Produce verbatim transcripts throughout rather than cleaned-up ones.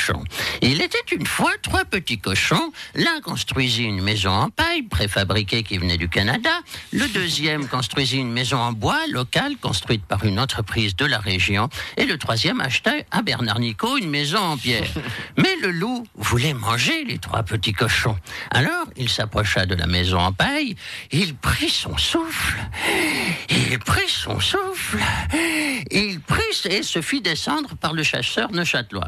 cochons. Il était une fois trois petits cochons. L'un construisit une maison en paille préfabriquée qui venait du Canada. Le deuxième construisit une maison en bois locale construite par une entreprise de la région. Et le troisième acheta à Bernard Nicot une maison en pierre. Mais le loup voulait manger les trois petits cochons. Alors, il s'approcha de la maison en paille. Il prit son souffle. Il prit son souffle. Il prit et se fit descendre par le chasseur neuchâtelois.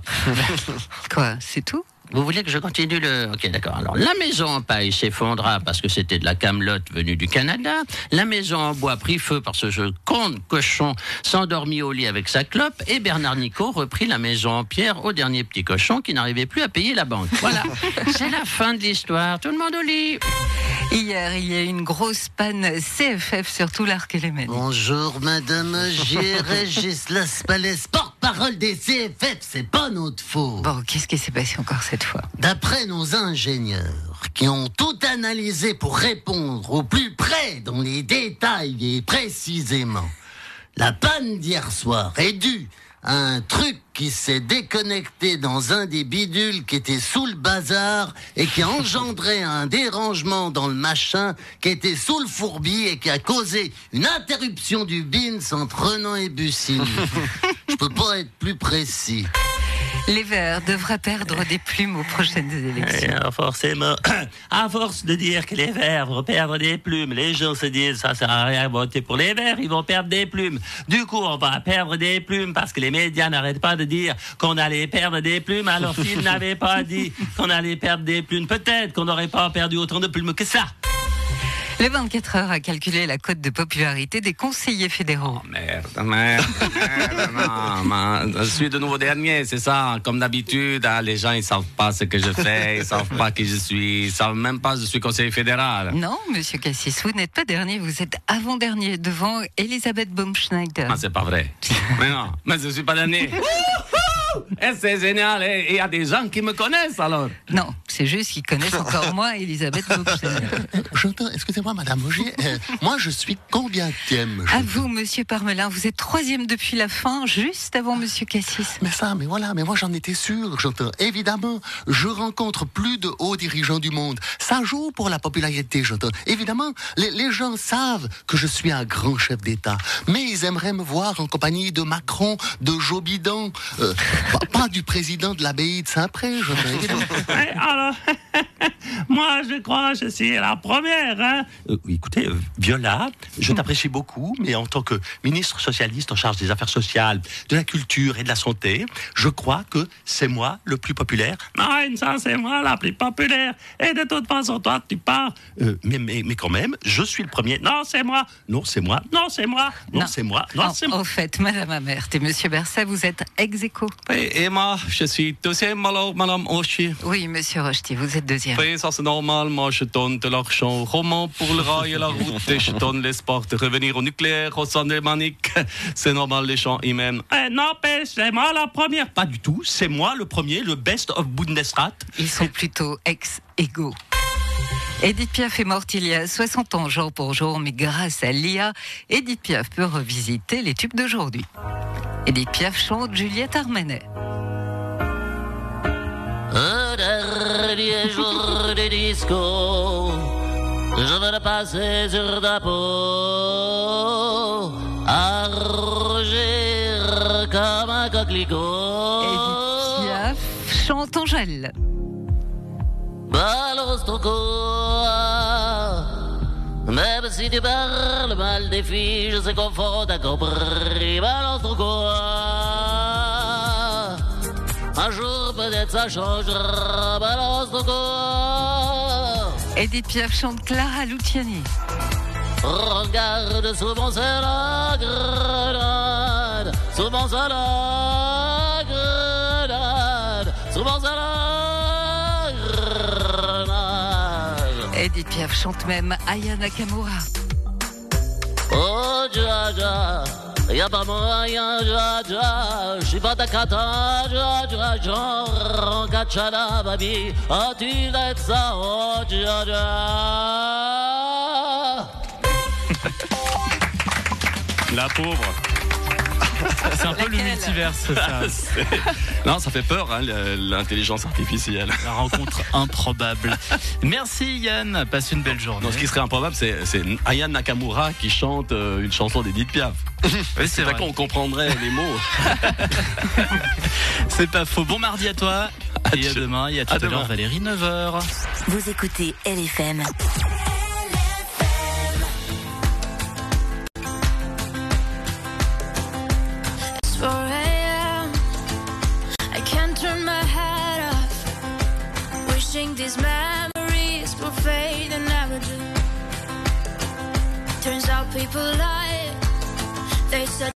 Quoi, c'est tout ? Vous voulez que je continue le... Ok, d'accord. Alors, la maison en paille s'effondra parce que c'était de la camelote venue du Canada. La maison en bois prit feu parce que ce con de cochon s'endormit au lit avec sa clope. Et Bernard Nicot reprit la maison en pierre au dernier petit cochon qui n'arrivait plus à payer la banque. Voilà, c'est la fin de l'histoire. Tout le monde au lit. Hier, il y a eu une grosse panne C F F sur tout l'arc Léman. Bonjour, madame, j'ai Régis Laspalès, porte-parole des C F F, c'est pas notre faute. Bon, qu'est-ce qui s'est passé encore cette fois ? D'après nos ingénieurs, qui ont tout analysé pour répondre au plus près dans les détails et précisément, la panne d'hier soir est due à un truc qui s'est déconnecté dans un des bidules qui était sous le bazar et qui a engendré un dérangement dans le machin qui était sous le fourbi et qui a causé une interruption du bins entre Renan et Bussini. Je peux pas être plus précis. Les Verts devraient perdre des plumes aux prochaines élections. Alors forcément, à force de dire que les Verts vont perdre des plumes, les gens se disent ça sert à rien de voter pour les Verts, ils vont perdre des plumes. Du coup, on va perdre des plumes parce que les médias n'arrêtent pas de dire qu'on allait perdre des plumes. Alors s'ils n'avaient pas dit qu'on allait perdre des plumes, peut-être qu'on n'aurait pas perdu autant de plumes que ça. Le vingt-quatre heures a calculé la cote de popularité des conseillers fédéraux. Oh, merde, merde, merde, non, man, je suis de nouveau dernier, c'est ça. Comme d'habitude, hein, les gens, ils savent pas ce que je fais, ils savent pas qui je suis, ils savent même pas que je suis conseiller fédéral. Non, monsieur Cassis, vous n'êtes pas dernier, vous êtes avant-dernier, devant Elisabeth Baumschneider. Ah, c'est pas vrai. Mais non, mais je suis pas dernier. Et c'est génial, et il y a des gens qui me connaissent alors. Non, c'est juste qu'ils connaissent encore moins Elisabeth Baumschneider. J'entends, excusez-moi, madame Augier, euh, moi je suis combienième? À vous, monsieur Parmelin, vous êtes troisième depuis la fin, juste avant monsieur Cassis. Mais ça, mais voilà, mais moi j'en étais sûr, j'entends. Évidemment, je rencontre plus de hauts dirigeants du monde. Ça joue pour la popularité, j'entends. Évidemment, les, les gens savent que je suis un grand chef d'État, mais ils aimeraient me voir en compagnie de Macron, de Joe Biden, euh, pas, pas du président de l'abbaye de Saint-Pré, j'entends, évidemment. Ouais, alors, moi, je crois que je suis la première. Hein. Euh, écoutez, euh, Viola, je t'apprécie beaucoup, mais en tant que ministre socialiste en charge des affaires sociales, de la culture et de la santé, je crois que c'est moi le plus populaire. Non, ça, c'est moi la plus populaire. Et de toute façon, toi, tu pars. Euh, mais, mais, mais quand même, je suis le premier. Non, c'est moi. Non, c'est moi. Non, c'est moi. Non, Non. c'est moi. Non, En- c'est moi. Au fait, madame Amert et monsieur Berset, vous êtes ex-aequo. Et, et moi, je suis deuxième alors, madame Augier. Oui, monsieur Rochetier, vous êtes deuxième. Oui, ça c'est normal, moi je donne de l'argent au roman pour le rail et la route et je donne l'espoir de revenir au nucléaire, au centre manique. C'est normal, les gens ils m'aiment. Eh, n'empêche, c'est moi la première. Pas du tout, c'est moi le premier, le best of Bundesrat. Ils sont plutôt ex-égaux. Edith Piaf est morte il y a soixante ans, jour pour jour, mais grâce à l'I A, Edith Piaf peut revisiter les tubes d'aujourd'hui. Edith Piaf chante Juliette Armanet. Un dernier jour de disco, je vais le passer sur ta peau, à rougir comme un coquelicot. Edith Piaf chante Angèle. Balance ton corps, même si tu parles mal des filles, je sais qu'on faut t'as compris. Balance ton corps, un jour peut-être ça changera. Balance ton corps. Edith Piaf chante Clara Luciani. Regarde sous mon ciel la grenade, sous mon ciel la grenade, sous mon ciel la grenade. Edith Piaf chante même Aya Nakamura. Oh, ja, ja, y'a pas moyen, ja, ja, j'suis pas ta cata, ja, ja, genre, en cachada, baby, oh, tu l'aides ça, oh, ja, ja. La pauvre. C'est un peu le Laquelle multiverse, ça. Non, ça fait peur, hein, l'intelligence artificielle. La rencontre improbable. Merci Yann, passe une belle journée. Non, ce qui serait improbable, c'est Aya Nakamura qui chante euh, une chanson d'Edith Piaf. Oui, c'est vrai qu'on comprendrait les mots. C'est pas faux. Bon mardi à toi. À Et à demain. Et à tout à, à l'heure, Valérie, neuf heures. Vous écoutez L F M. These memories will fade and never do. Turns out people lie. They said